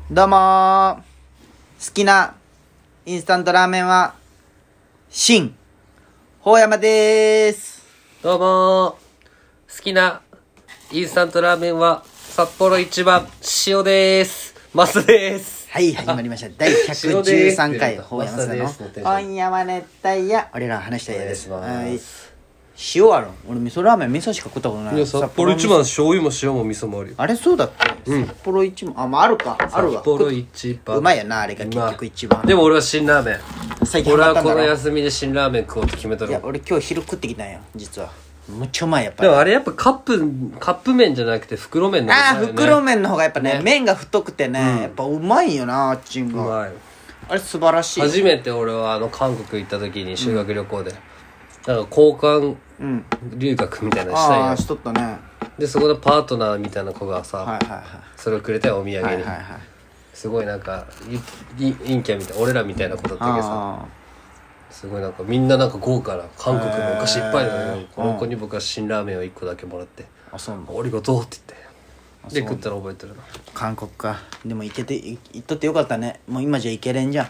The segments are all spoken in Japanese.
どうもー。好きなインスタントラーメンは新ほうやまでーす。 どうもー。好きなインスタントラーメンは札幌一番塩でーす。マスでーす。 はい、始まりました。第塩でーす 113回ほうやまさんのマスターですの今夜は熱帯夜、俺らは話したいやです。 お願はいいします。 塩ある。俺味噌ラーメン味噌しか食ったことない。 いや、札幌一番醤油も塩も味噌もあるよ。 あれそうだっけ、札幌一番、あるか。あるわ。 札幌一番。 うまいよな、あれが結局一番。 でも俺は辛ラーメン。 最近俺はこのハマったんだろ。 休みで辛ラーメン食おうと決めたいや、 の。 俺今日昼食ってきたんよ、実は。むっちゃうまい、やっぱり。 でもあれやっぱカップ麺じゃなくて袋麺の方がうまいよね。 袋麺の方がやっぱね、 ね麺が太くてね、やっぱうまいよな、あっちんが。 うまい。 あれ素晴らしい。 初めて俺は韓国行った時に修学旅行で、なんか交換留学みたいなのしたんよああ、しとったね。 でそこでパートナーみたいな子がさ、 はいはいはい。 それをくれたよお土産に、 はいはいはい。 すごいなんか陰キャみたいな俺らみたいな子だったけどさあすごいなんかみんななんか豪華な韓国のお菓子いっぱいだよ、 へーこの子に僕は辛ラーメンを1個だけもらってあ、そうなの。 ありがとうって言ってで食ったら覚えてるな。 韓国か。でも行っとってよかったね。もう今じゃ行けれんじゃん。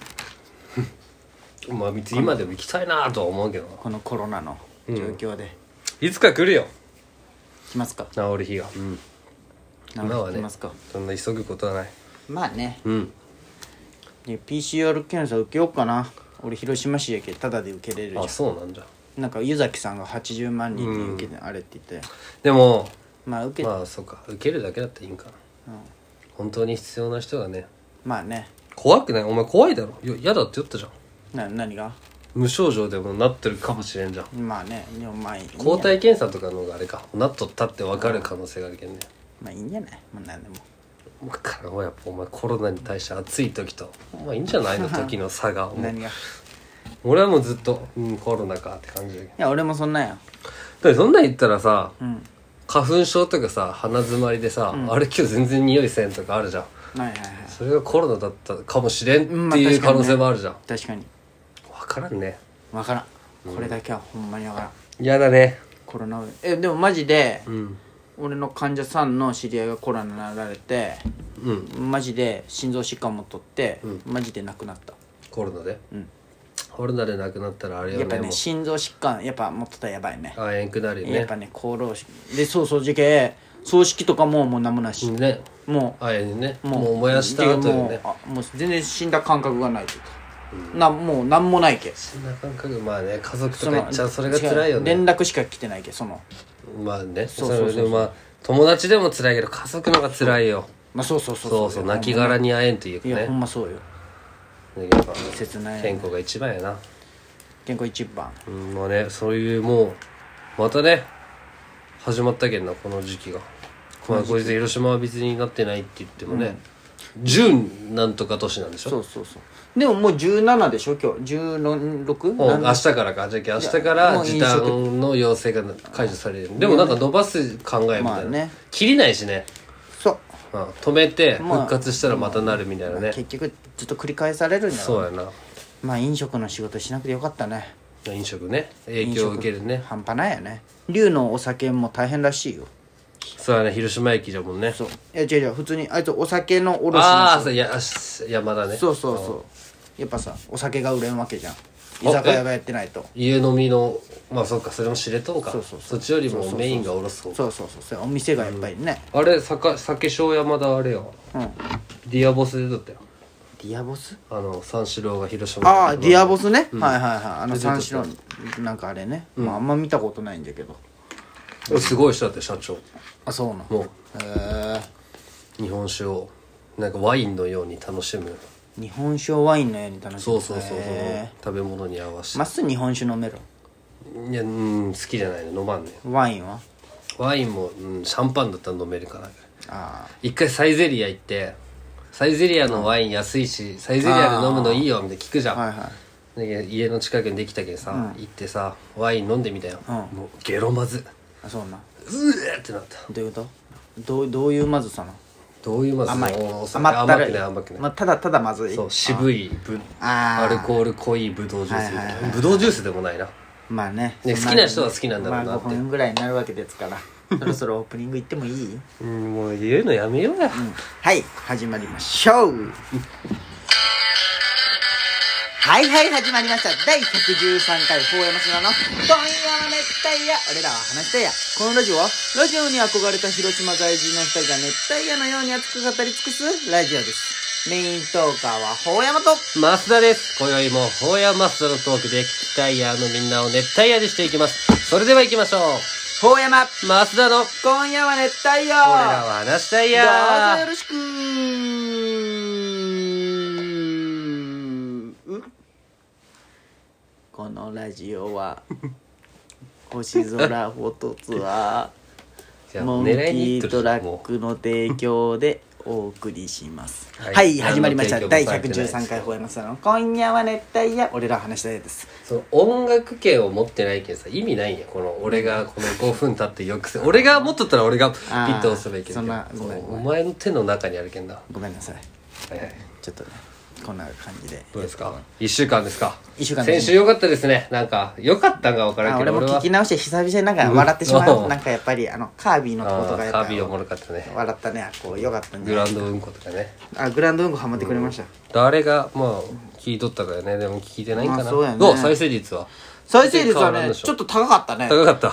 まあ別に今でも行きたいなとは思うけどな。 このコロナの状況で。 いつか来るよ来ますか。 治る日が、今はね来ますか。 そんな急ぐことはない。 まあね。 うんで PCR 検査受けようかな。俺広島市やけタダで受けれるじゃあん。 そうなんじゃ。 なんか湯崎さんが80万人に受けてあれって言って。 でもまあ受け、 まあそうか受けるだけだったらいいんかな、本当に必要な人がね。 まあね。 怖くない？お前怖いだろ。嫌だって言ったじゃん。 何が。 無症状でもなってるかもしれんじゃん。 まあね、でもまあいい抗体検査とかの方があれかなっとったって分かる可能性があるけどね。 まあいいんじゃない。まあ何でも。 だからやっぱお前コロナに対して暑い時とまあいいんじゃないの時の差が何が。い俺はもうずっと、コロナかって感じだけど。 や俺もそんなんや。 だってそんなん言ったらさ、 うん。 花粉症とかさ鼻詰まりでさ、あれ今日全然匂いせんとかあるじゃん。 はいはいはい。 それがコロナだったかもしれんってまあいう可能性もあるじゃん。 確かに。 分からんね。 わからん。これだけはほんまにわからん。 嫌だね。 コロナウイルス。でもマジで、 うん俺の患者さんの知り合いがコロナになられて、マジで心臓疾患も取って、マジで亡くなった。 コロナで、 んコロナで亡くなったらあれよね。 やっぱね、 もう心臓疾患、やっぱ持ってたらやばいね。 あえんくなるよね。 やっぱね、功労し。で、そう事件、葬式とかももうなんもなし。 ねもあえんねう、 もう燃やした後よね。 もう全然死んだ感覚がないというか、もうなんもないけ。 そんな感覚。まあね家族とか言っちゃうそれが辛いよね。 連絡しか来てないけど、 まあねそうれでもまあ友達でも辛いけど家族の方が辛いよ。 まあそうそう亡きに会えんというかいやほんね。 まそうよ。 やっぱ切ない。 健康が一番やな。 健康一番。 もうねそういうもうまたね始まったけんなこの時期が。まあこいつ広島は別になってないって言ってもね、10なんとか年なんでしょ。 そうでももう17でしょ今日 16? もう明日からか。じゃあ明日から時短の要請が解除される。でもなんか伸ばす考えみたいな、 まあね切りないしね、 そう止めてまあ復活したらまたなるみたいなね、 結局ずっと繰り返されるんだろそうやな。 まあ飲食の仕事しなくてよかったね。 飲食ね影響を受けるね。 半端ないよね。龍のお酒も大変らしいよ。 そうやね広島駅じゃもんね。 そういや違う普通にあいつお酒の卸ああのそう山田ね。 そうやっぱさお酒が売れんわけじゃん、居酒屋がやってないと。 家飲みのまあそうかそれも知れとんか。 そうそっちよりもメインがおろす方。 そうお店がやっぱりね。 あれ酒庄山田あれよ、ディアボスでだったよ。 ディアボス。 三四郎が広島。 ああディアボスね、はい三四郎なんかあれね、まああんま見たことないんだけど。 すごい人だって社長。 あそうなの。 もうへ日本酒をなんかワインのように楽しむ。 え。日本酒をワインのように楽しむ。 そうへ食べ物に合わせえ。まっすぐ日本酒飲める。 いや好きじゃないね飲まんね。 ワインは。 ワインも、シャンパンだったら飲めるかな。 あ一回サイゼリヤ行ってサイゼリヤのワイン安いし、サイゼリヤで飲むのいいよみたいな聞くじゃん、 はいはいで家の近くにできたけどさ、行ってさワイン飲んでみたよ、もうゲロまずあそうな。 ってなった。 どういうことどういうまずさの。 どういうまず甘いお酒甘ったるい甘くない甘くない、 まあ、ただまずい。 そう渋いあーアルコール濃いブドウジュースみたいな、 はいはいはいブドウジュースでもないな、 まあねね、好きな人は好きなんだろうなって、 まあ5分ぐらいになるわけですからそろそろオープニング行ってもいい？ もう言うのやめようや、 はい始まりましょうはい始まりました第113回法山砂の今夜は熱帯夜俺らは話したいや。このラジオはラジオに憧れた広島在住の2人が熱帯夜のように熱く語り尽くすラジオです。メイントーカーは法山と増田です。今宵も法山増田のトークで聞きたいやのみんなを熱帯夜にしていきます。それでは行きましょう。 法山増田の今夜は熱帯夜俺らは話したいや。 どうぞよろしく。このラジオは星空フォトツアーモンキートラックの提供でお送りします。はい始まりました第113回ほえますの今夜は熱帯夜俺ら話したいです。 その音楽系を持ってないけどさ意味ないんや。この俺がこの5分経ってよくせ俺が持っとったら俺がピッと押せばいいけど、 そんなごめんお前の手の中にあるけんな。 ごめんなさい。 はいちょっとねこんな感じで。 どうですか1週間ですか。 1週間ですね。 先週良かったですね。なんか良かったんか分からんけど俺も聞き直して久々になんか笑ってしまう、なんかやっぱりカービィのとことかやっぱカービィおもろかったね。 笑ったね。こう良かったんじグラゃないンドうんことかね。 グランドうんこハマってくれました。 誰がまあ聞いとったかよね。でも聞いてないんかな。 そうやね。 どう再生率は再生率はねちょっと高かったね。 高かった。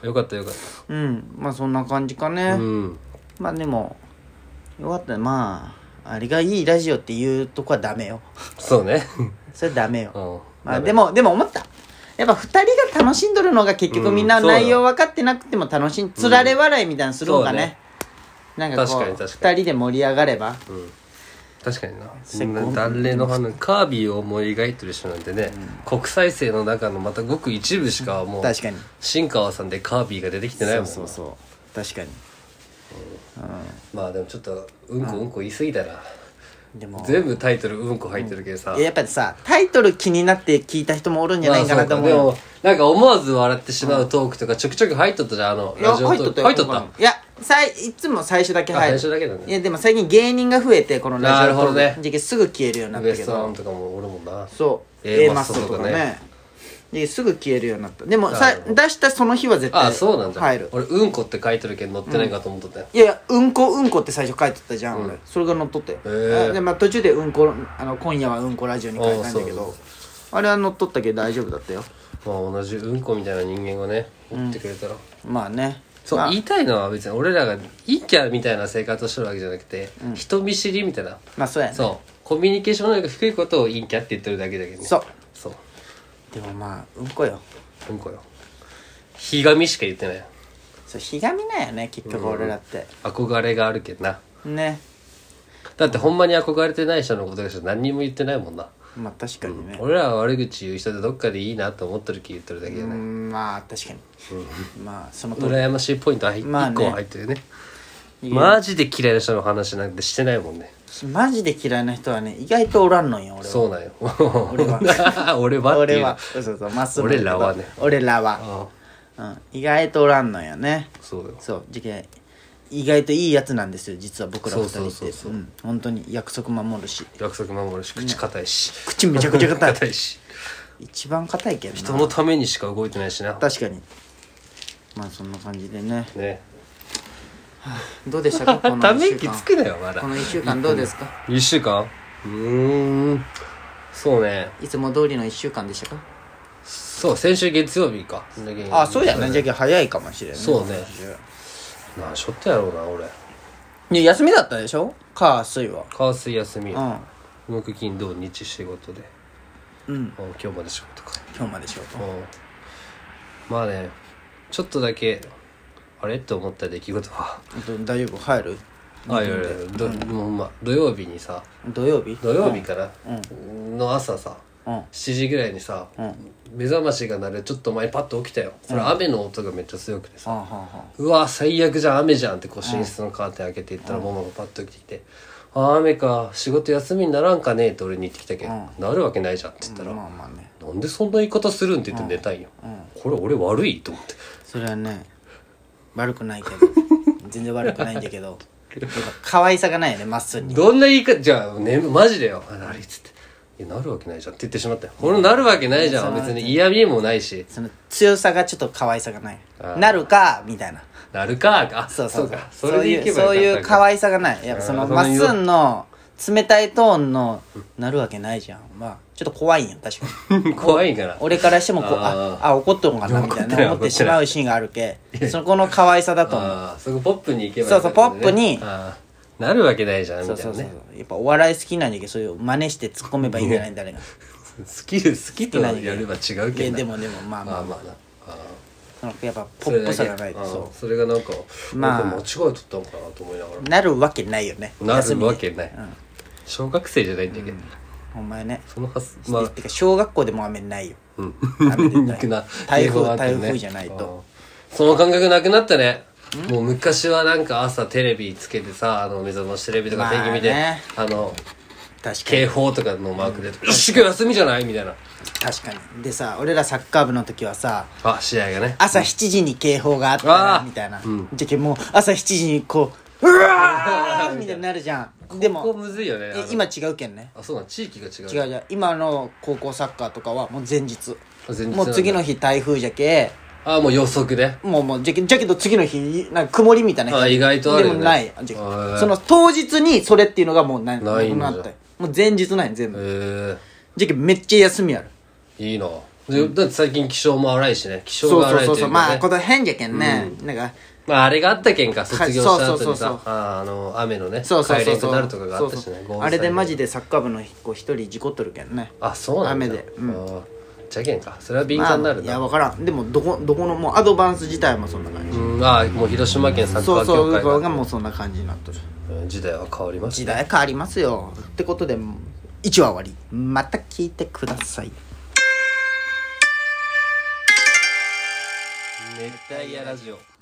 よかったまあそんな感じかね。まあでもよかったね。まああれがいいラジオっていうとこはダメよ。 そうねそれダメよ。まあでも思ったやっぱ2人が楽しんどるのが結局みんな内容分かってなくても楽しんつられ笑いみたいなのするのがね、なんかこう2人で盛り上がれば、 確かにな。誰の話カービィを思い描いてる人なんてね、国際性の中のまたごく一部しかもう確かに新川さんでカービィが出てきてないもん。 そう確かに。 まあでもちょっとうんこ言い過ぎだな。 でも全部タイトルうんこ入ってるけどさ、 やっぱりさタイトル気になって聞いた人もおるんじゃないかなと思う。 でもなんか思わず笑ってしまうトークとかちょくちょく入っとったじゃん。ラジオトーク入っとった。 いやいつも最初だけ入る。 最初だけだね。 いやでも最近芸人が増えてこのラジオトークねすぐ消えるようになったけど、 ウエストランとかもおるもんな。 そう A マストとかねですぐ消えるようになった。でも出したその日は絶対そうなんだ。 入る。 俺うんこって書いてるけど載ってないかと思っとったよ。 いやうんこって最初書いてたじゃん、俺それが載っとったよ。でまあ途中で今夜はうんこラジオに書いたんだけど、あれは載っとったけど大丈夫だったよ。 まあ同じうんこみたいな人間がね追ってくれたら、 まあねそう、言いたいのは別に俺らがいいキャみたいな生活をしてるわけじゃなくて、人見知りみたいな。 まあそうやね。 そうコミュニケーション能力低いことを陰キャって言ってるだけだけどね。そうでもまあうんこよ。 うんこよ。ひがみしか言ってないよ。 そうひがみなんよね結局俺らって、 憧れがあるけどな。 ね。 だってほんまに憧れてない人のことでしょ何にも言ってないもんな。 まあ確かにね、 俺らは悪口言う人でどっかでいいなと思ってる気言ってるだけじゃない。 まあ確かに、まあその通り。 羨ましいポイント1個入ってるね。 いマジで嫌いな人の話なんてしてないもんね。 マジで嫌いな人はね意外とおらんのよ俺は。 そうなんよ俺は俺はそうまっすぐ俺らはね俺らは意外とおらんのよね。 そうよ。 そう意外といいやつなんですよ実は僕ら二人って。 そう本当に約束守るし口硬いし、 口めちゃくちゃ硬い硬いし一番硬いけどな。 人のためにしか動いてないしな。 確かに。まあそんな感じでね。どうでしたかこのため 1週間。 息つくなよまだ。 この1週間どうですか。 1週間そうね。 いつも通りの1週間でしたか。 そう先週月曜日か。 そうやね。じゃあ早いかもしれない。 そうね。何しょったやろうな俺。 いや休みだったでしょ火水は。 火水休み。木金土日仕事で。今日まで仕事か。 今日まで仕事。 まあねちょっとだけあれって思った出来事は大丈夫入る。 いやもう土曜日にさ土曜日かな、の朝さ、7時ぐらいにさ、目覚ましが鳴るちょっと前にパッと起きたよ。それ雨の音がめっちゃ強くてさ、うわ最悪じゃん雨じゃんってこう寝室のカーテン開けていったらママがパッと起きてきて、雨か仕事休みにならんかねって俺に言ってきたけど、なるわけないじゃんって言ったら、なんでそんな言い方するんって言って寝たんよ。これ俺悪いと思って。 それはね悪くないけど全然悪くないんだけど可愛さがないよねまっすぐに。 どんな言い方じゃあねマジだよあれっつってなるわけないじゃんって言ってしまったよ。俺なるわけないじゃん。別に嫌味もないし。 その強さがちょっと可愛さがない。なるかみたいな。 なるかか。 そうか。 それでいけばそういう可愛さがない。やっぱそのまっすんの冷たいトーンのなるわけないじゃん。まあちょっと怖いんよ確かに。 怖いんかな。 俺からしても怒っとるんかなみたいな思ってしまうシーンがあるけ。そこの可愛さだと思う。 そこポップにいけばいい。 そうポップに。 なるわけないじゃんみたいなね。 やっぱお笑い好きなんだけどそういう真似して突っ込めばいいんじゃない誰が。 好きとやれば違うけど。 でもまあな。やっぱポップさがないとそれがなんか間違えとったのかなと思いながら。 なるわけないよね。 なるわけない。小学生じゃないんだけど。 お前ね。 その発てか小学校でも雨ないよ。台風じゃないと。 その感覚なくなったね。もう昔はなんか朝テレビつけてさ、目覚ましテレビとか天気見て、警報とかのマークで、よし今日休みじゃないみたいな。 確かに。でさ、俺らサッカー部の時はさ、 試合がね、 朝7時に警報があったらみたいな。じゃけもう朝7時にこう、うわーみたいになるじゃん。でもここむずいよね。 今違うけんね。 そうなん、地域が違う。 違う。今の高校サッカーとかはもう前日。もう次の日台風じゃけ。 もう予測でもうじゃけど次の日なんか曇りみたいな。 意外とあるよね。 でもないその当日にそれっていうのがもうないんだ。もう前日ない全部。じゃけめっちゃ休みある。 いいな。だって最近気象も荒いしね。気象が荒いというかね。 まあこれ変じゃけんね。なんかあれがあったけんか、卒業した後にさ、雨のね、帰れんくなるとかがあったしね。 あれでマジでサッカー部の子一人事故っとるけんね。 そうなんだ。 雨で。 じゃけんか。それは敏感になるな。 いや分からん。でもどこのもうアドバンス自体もそんな感じ。 もう広島県サッカー協会がもうそんな感じになっとる。 時代は変わりますね。 時代変わりますよ。ってことで1話終わり。また聞いてください。 熱帯夜ラジオ。